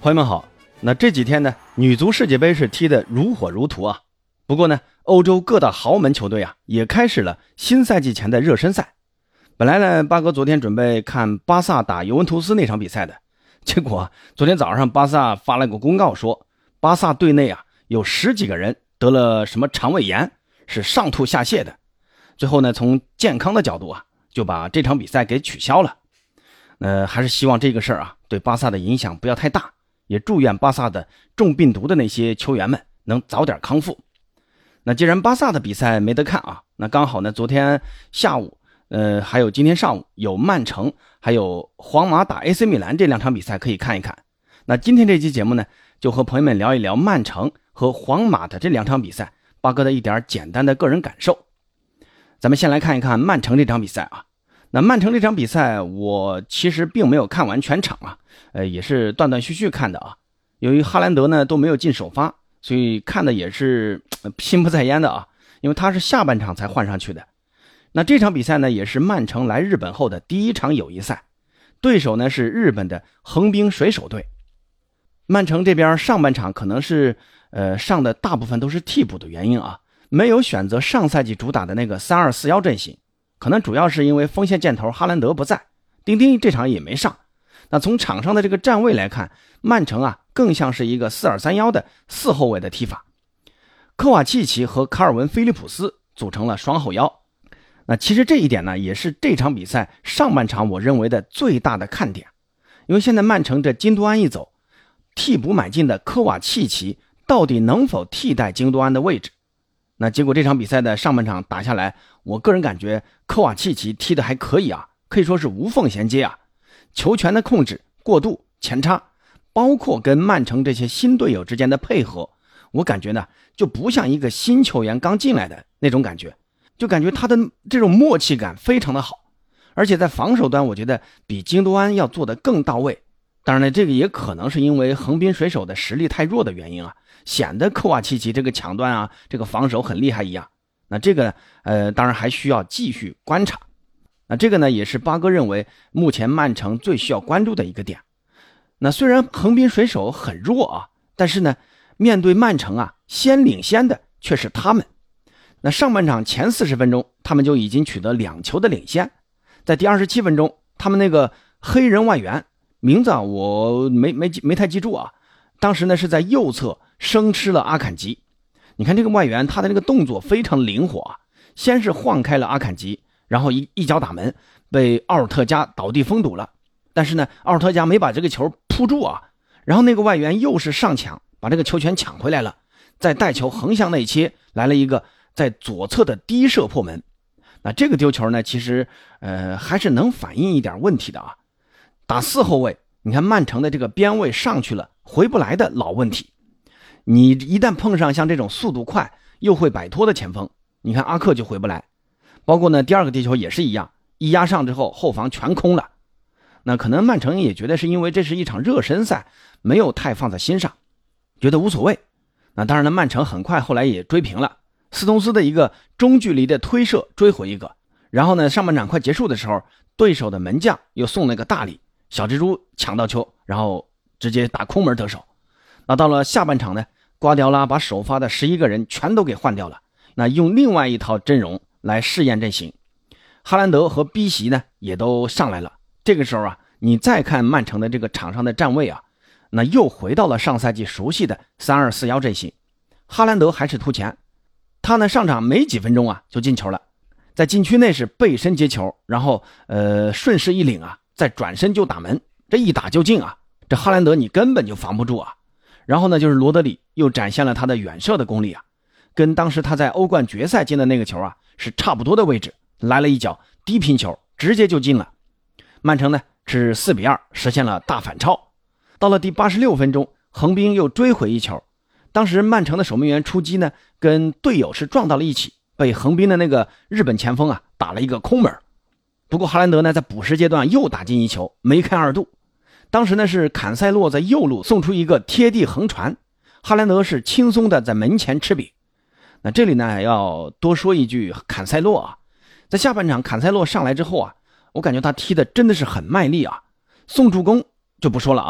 朋友们好，那这几天呢，女足世界杯是踢得如火如荼啊。不过呢，欧洲各大豪门球队啊，也开始了新赛季前的热身赛。本来呢，八哥昨天准备看巴萨打尤文图斯那场比赛的，结果昨天早上巴萨发了个公告说，巴萨队内啊有10几个人得了什么肠胃炎，是上吐下泻的。最后呢，从健康的角度啊，就把这场比赛给取消了。还是希望这个事儿啊，对巴萨的影响不要太大。也祝愿巴萨的中病毒的那些球员们能早点康复。那既然巴萨的比赛没得看啊，那刚好呢，昨天下午还有今天上午有曼城还有皇马打 AC 米兰这2场比赛可以看一看。那今天这期节目呢，就和朋友们聊一聊曼城和皇马的这2场比赛，八哥的一点简单的个人感受。咱们先来看一看曼城这场比赛啊。那曼城这场比赛我其实并没有看完全场啊，也是断断续续看的啊。由于哈兰德呢都没有进首发，所以看的也是心不在焉的啊，因为他是下半场才换上去的。那这场比赛呢，也是曼城来日本后的第1场友谊赛，对手呢是日本的横滨水手队。曼城这边上半场可能是上的大部分都是替补的原因啊，没有选择上赛季主打的那个3-2-4-1阵型。可能主要是因为锋线箭头哈兰德不在，丁丁这场也没上。那从场上的这个站位来看，曼城啊更像是一个4-2-3-1的4后卫的踢法。科瓦契奇和卡尔文·菲利普斯组成了双后腰。那其实这一点呢，也是这场比赛上半场我认为的最大的看点。因为现在曼城这京多安一走，替补买进的科瓦契奇到底能否替代京多安的位置？那结果这场比赛的上半场打下来，我个人感觉科瓦契奇踢得还可以啊，可以说是无缝衔接啊。球权的控制、过渡、前插，包括跟曼城这些新队友之间的配合，我感觉呢就不像一个新球员刚进来的那种感觉，就感觉他的这种默契感非常的好。而且在防守端我觉得比京多安要做得更到位。当然了，这个也可能是因为横滨水手的实力太弱的原因啊，显得科瓦契奇这个抢断啊，这个防守很厉害一样。那这个当然还需要继续观察。那这个呢，也是八哥认为目前曼城最需要关注的一个点。那虽然横滨水手很弱啊，但是呢，面对曼城啊，先领先的却是他们。那上半场前40分钟，他们就已经取得2球的领先。在第27分钟，他们那个黑人外援名字啊，我没太记住啊。当时呢是在右侧生吃了阿坎吉。你看这个外援，他的那个动作非常灵活啊，先是晃开了阿坎吉，然后一脚打门，被奥尔特加倒地封堵了。但是呢，奥尔特加没把这个球扑住啊，然后那个外援又是上抢，把这个球权抢回来了，再带球横向内切，来了一个在左侧的低射破门。那这个丢球呢，其实还是能反映一点问题的啊。打4后卫，你看曼城的这个边卫上去了，回不来的老问题。你一旦碰上像这种速度快又会摆脱的前锋，你看阿克就回不来。包括呢第2个踢球也是一样，一压上之后后防全空了。那可能曼城也觉得是因为这是一场热身赛，没有太放在心上，觉得无所谓。那当然了，曼城很快后来也追平了，斯通斯的一个中距离的推射追回一个。然后呢，上半场快结束的时候，对手的门将又送了个大礼，小蜘蛛抢到球，然后直接打空门得手。那到了下半场呢，瓜迪奥拉把首发的11个人全都给换掉了，那用另外一套阵容来试验阵型。哈兰德和逼席呢也都上来了。这个时候啊，你再看曼城的这个场上的站位啊，那又回到了上赛季熟悉的3-2-4-1阵型。哈兰德还是突前，他呢上场没几分钟啊就进球了，在禁区内是背身接球，然后顺势一领啊，再转身就打门，这一打就进啊，这哈兰德你根本就防不住啊。然后呢，就是罗德里又展现了他的远射的功力啊，跟当时他在欧冠决赛进的那个球啊是差不多的位置，来了一脚低平球，直接就进了。曼城呢是4-2实现了大反超。到了第86分钟，横滨又追回一球。当时曼城的守门员出击呢，跟队友是撞到了一起，被横滨的那个日本前锋啊打了一个空门。不过哈兰德呢在补时阶段又打进一球，梅开二度。当时呢是坎塞洛在右路送出一个贴地横传，哈兰德是轻松的在门前吃饼。那这里呢要多说一句坎塞洛啊，在下半场坎塞洛上来之后啊，我感觉他踢的真的是很卖力啊，送助攻就不说了啊，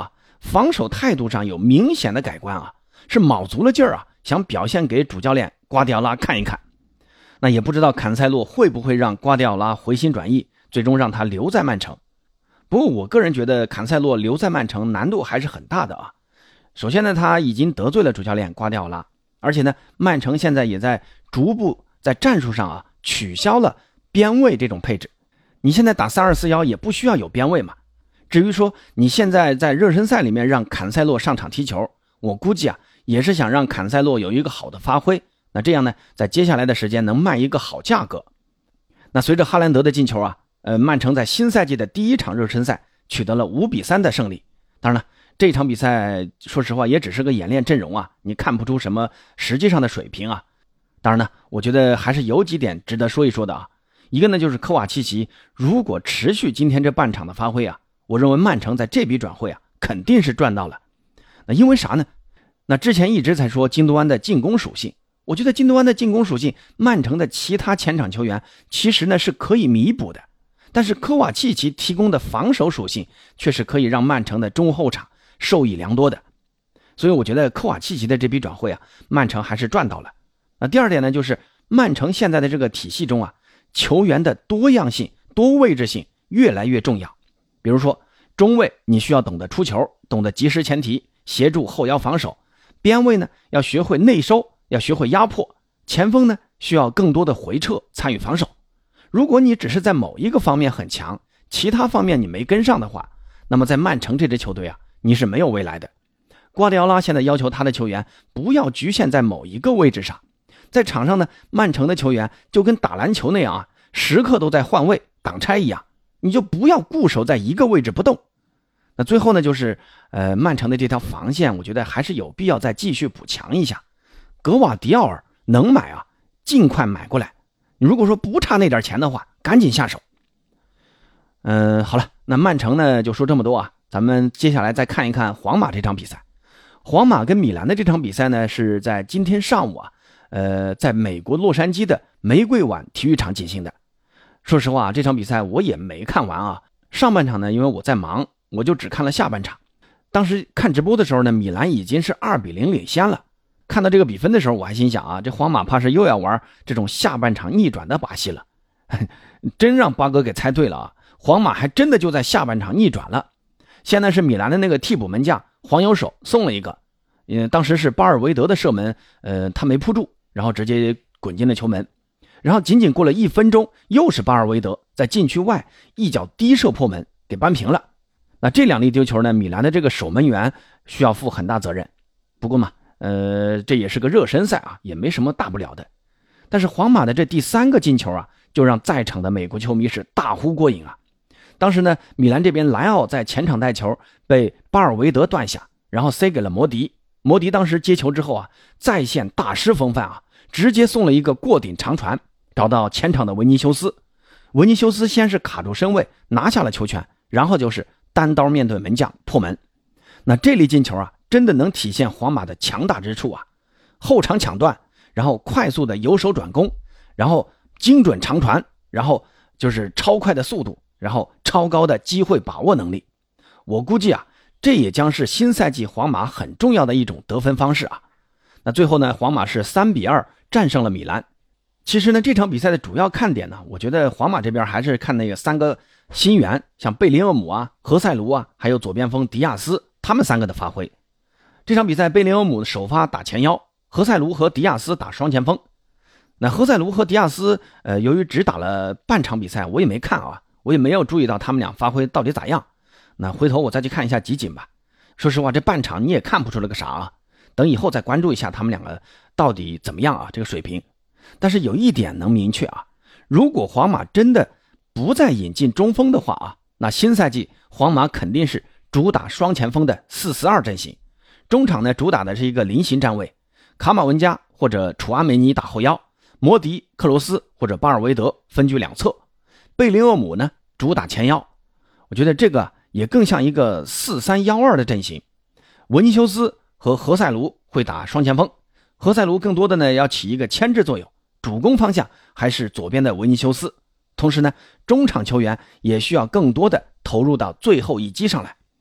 防守态度上有明显的改观啊，是卯足了劲儿啊，想表现给主教练瓜迪奥拉看一看。那也不知道坎塞洛会不会让瓜迪奥拉回心转意，最终让他留在曼城。不过我个人觉得坎塞洛留在曼城难度还是很大的啊。首先呢，他已经得罪了主教练瓜迪奥拉，而且呢，曼城现在也在逐步在战术上啊取消了边卫这种配置。你现在打3-2-4-1也不需要有边卫嘛。至于说你现在在热身赛里面让坎塞洛上场踢球，我估计啊也是想让坎塞洛有一个好的发挥，那这样呢，在接下来的时间能卖一个好价格。那随着哈兰德的进球啊，曼城在新赛季的第一场热身赛取得了5-3的胜利。当然了，这场比赛说实话也只是个演练阵容啊，你看不出什么实际上的水平啊。当然呢，我觉得还是有几点值得说一说的啊。一个呢就是科瓦契奇如果持续今天这半场的发挥啊，我认为曼城在这笔转会啊肯定是赚到了。那因为啥呢？那之前一直在说京多安的进攻属性，我觉得京多安的进攻属性曼城的其他前场球员其实呢是可以弥补的，但是科瓦契奇提供的防守属性却是可以让曼城的中后场受益良多的。所以我觉得科瓦契奇的这笔转会啊，曼城还是赚到了。那第二点呢，就是曼城现在的这个体系中啊，球员的多样性、多位置性越来越重要。比如说中卫你需要懂得出球，懂得及时前提，协助后腰防守；边卫呢要学会内收，要学会压迫；前锋呢需要更多的回撤参与防守。如果你只是在某一个方面很强，其他方面你没跟上的话，那么在曼城这支球队啊，你是没有未来的。瓜迪奥拉现在要求他的球员不要局限在某一个位置上，在场上呢，曼城的球员就跟打篮球那样啊，时刻都在换位挡拆一样，你就不要固守在一个位置不动。那最后呢，就是曼城的这条防线，我觉得还是有必要再继续补强一下。格瓦迪奥尔能买啊，尽快买过来。你如果说不差那点钱的话，赶紧下手。好了，那曼城呢就说这么多啊，咱们接下来再看一看皇马这场比赛。皇马跟米兰的这场比赛呢，是在今天上午啊，在美国洛杉矶的玫瑰碗体育场进行的。说实话，这场比赛我也没看完啊。上半场呢，因为我在忙，我就只看了下半场。当时看直播的时候呢，米兰已经是2-0领先了。看到这个比分的时候，我还心想啊，这皇马怕是又要玩这种下半场逆转的把戏了。真让八哥给猜对了啊！皇马还真的就在下半场逆转了。现在是米兰的那个替补门将黄油手送了一个，当时是巴尔维德的射门，他没扑住，然后直接滚进了球门。然后仅仅过了1分钟，又是巴尔维德在禁区外一脚低射破门给扳平了。那这2粒丢球呢，米兰的这个守门员需要负很大责任。不过嘛，这也是个热身赛啊，也没什么大不了的。但是皇马的这第3个进球啊，就让在场的美国球迷是大呼过瘾啊。当时呢，米兰这边莱奥在前场带球被巴尔维德断下，然后塞给了摩迪。摩迪当时接球之后啊，再现大师风范啊，直接送了一个过顶长传，找到前场的维尼修斯。维尼修斯先是卡住身位拿下了球权，然后就是单刀面对门将破门。那这粒进球啊，真的能体现皇马的强大之处啊！后场抢断，然后快速的由守转攻，然后精准长传，然后就是超快的速度，然后超高的机会把握能力。我估计啊，这也将是新赛季皇马很重要的一种得分方式啊。那最后呢，皇马是3-2战胜了米兰。其实呢，这场比赛的主要看点呢，我觉得皇马这边还是看那个3个新援，像贝林厄姆啊、何塞卢啊，还有左边锋迪亚斯，他们3个的发挥。这场比赛贝林厄姆首发打前腰，何塞卢和迪亚斯打双前锋。那何塞卢和迪亚斯由于只打了半场比赛，我也没看啊，我也没有注意到他们俩发挥到底咋样。那回头我再去看一下集锦吧。说实话，这半场你也看不出了个啥啊，等以后再关注一下他们两个到底怎么样啊，这个水平。但是有一点能明确啊，如果皇马真的不再引进中锋的话啊，那新赛季皇马肯定是主打双前锋的4-4-2阵型，中场呢主打的是一个菱形站位，卡马文加或者楚阿梅尼打后腰，摩迪、克罗斯或者巴尔维德分居两侧，贝林厄姆呢主打前腰。我觉得这个也更像一个4-3-1-2的阵型，文尼修斯和何塞卢会打双前锋，何塞卢更多的呢要起一个牵制作用，主攻方向还是左边的维尼修斯。同时呢，中场球员也需要更多的投入到最后一击上来。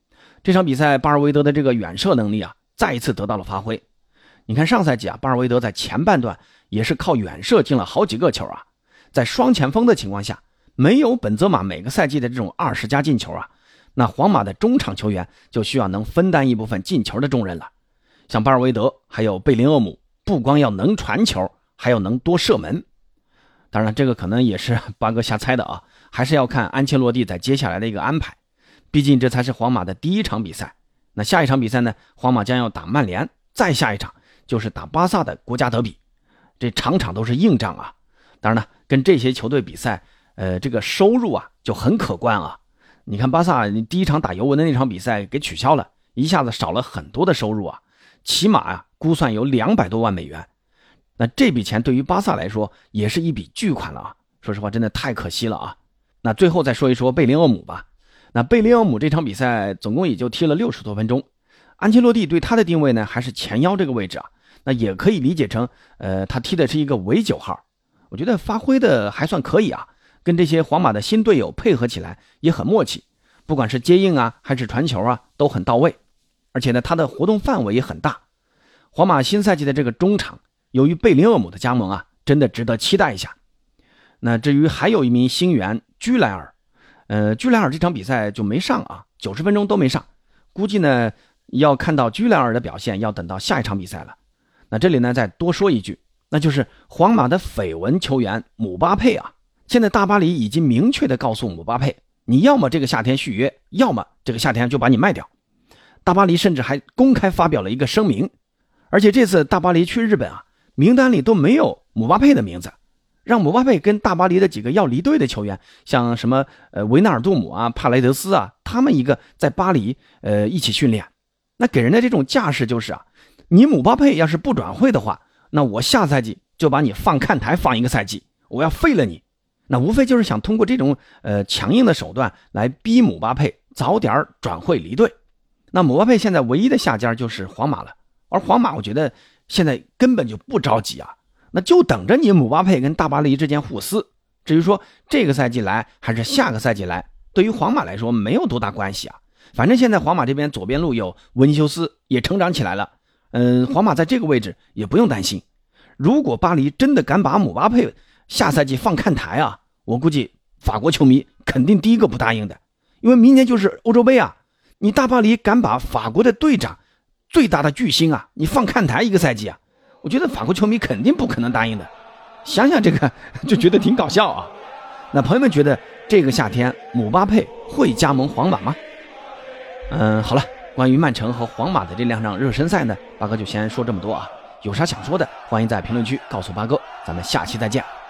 这场比赛巴尔韦德的这个远射能力啊，再一次得到了发挥。你看上赛季啊，巴尔韦德在前半段也是靠远射进了好几个球啊。在双前锋的情况下，没有本泽马每个赛季的这种20加进球啊，那皇马的中场球员就需要能分担一部分进球的重任了。像巴尔韦德还有贝林厄姆，不光要能传球，还要能多射门。当然这个可能也是八哥瞎猜的啊，还是要看安切洛蒂在接下来的一个安排。毕竟这才是皇马的第一场比赛。那下一场比赛呢，皇马将要打曼联，再下一场就是打巴萨的国家德比，这场场都是硬仗啊。当然呢，跟这些球队比赛这个收入啊就很可观啊。你看巴萨第一场打尤文的那场比赛给取消了，一下子少了很多的收入啊，起码啊估算有200多万美元。那这笔钱对于巴萨来说也是一笔巨款了啊，说实话真的太可惜了啊。那最后再说一说贝林厄姆吧。那贝林厄姆这场比赛总共也就踢了60多分钟，安切洛蒂对他的定位呢还是前腰这个位置啊，那也可以理解成他踢的是一个伪9号。我觉得发挥的还算可以啊，跟这些皇马的新队友配合起来也很默契，不管是接应啊还是传球啊都很到位，而且呢他的活动范围也很大。皇马新赛季的这个中场由于贝林厄姆的加盟啊，真的值得期待一下。那至于还有一名新援居莱尔，居莱尔这场比赛就没上啊，90分钟都没上，估计呢要看到居莱尔的表现要等到下一场比赛了。那这里呢再多说一句，那就是皇马的绯闻球员姆巴佩啊，现在大巴黎已经明确的告诉姆巴佩，你要么这个夏天续约，要么这个夏天就把你卖掉。大巴黎甚至还公开发表了一个声明，而且这次大巴黎去日本啊，名单里都没有姆巴佩的名字，让姆巴佩跟大巴黎的几个要离队的球员，像什么维纳尔杜姆啊、帕雷德斯啊，他们一个在巴黎一起训练。那给人的这种架势就是啊，你姆巴佩要是不转会的话，那我下赛季就把你放看台放一个赛季，我要废了你。那无非就是想通过这种强硬的手段来逼姆巴佩早点转会离队。那姆巴佩现在唯一的下家就是皇马了，而皇马我觉得现在根本就不着急啊，那就等着你姆巴佩跟大巴黎之间互撕。至于说这个赛季来还是下个赛季来，对于皇马来说没有多大关系啊。反正现在皇马这边左边路有文尼修斯也成长起来了，皇马在这个位置也不用担心。如果巴黎真的敢把姆巴佩下赛季放看台啊，我估计法国球迷肯定第一个不答应的，因为明年就是欧洲杯啊，你大巴黎敢把法国的队长最大的巨星啊你放看台一个赛季啊，我觉得法国球迷肯定不可能答应的。想想这个就觉得挺搞笑啊。那朋友们觉得这个夏天姆巴佩会加盟皇马吗？好了，关于曼城和皇马的这2场热身赛呢，八哥就先说这么多啊。有啥想说的，欢迎在评论区告诉八哥，咱们下期再见。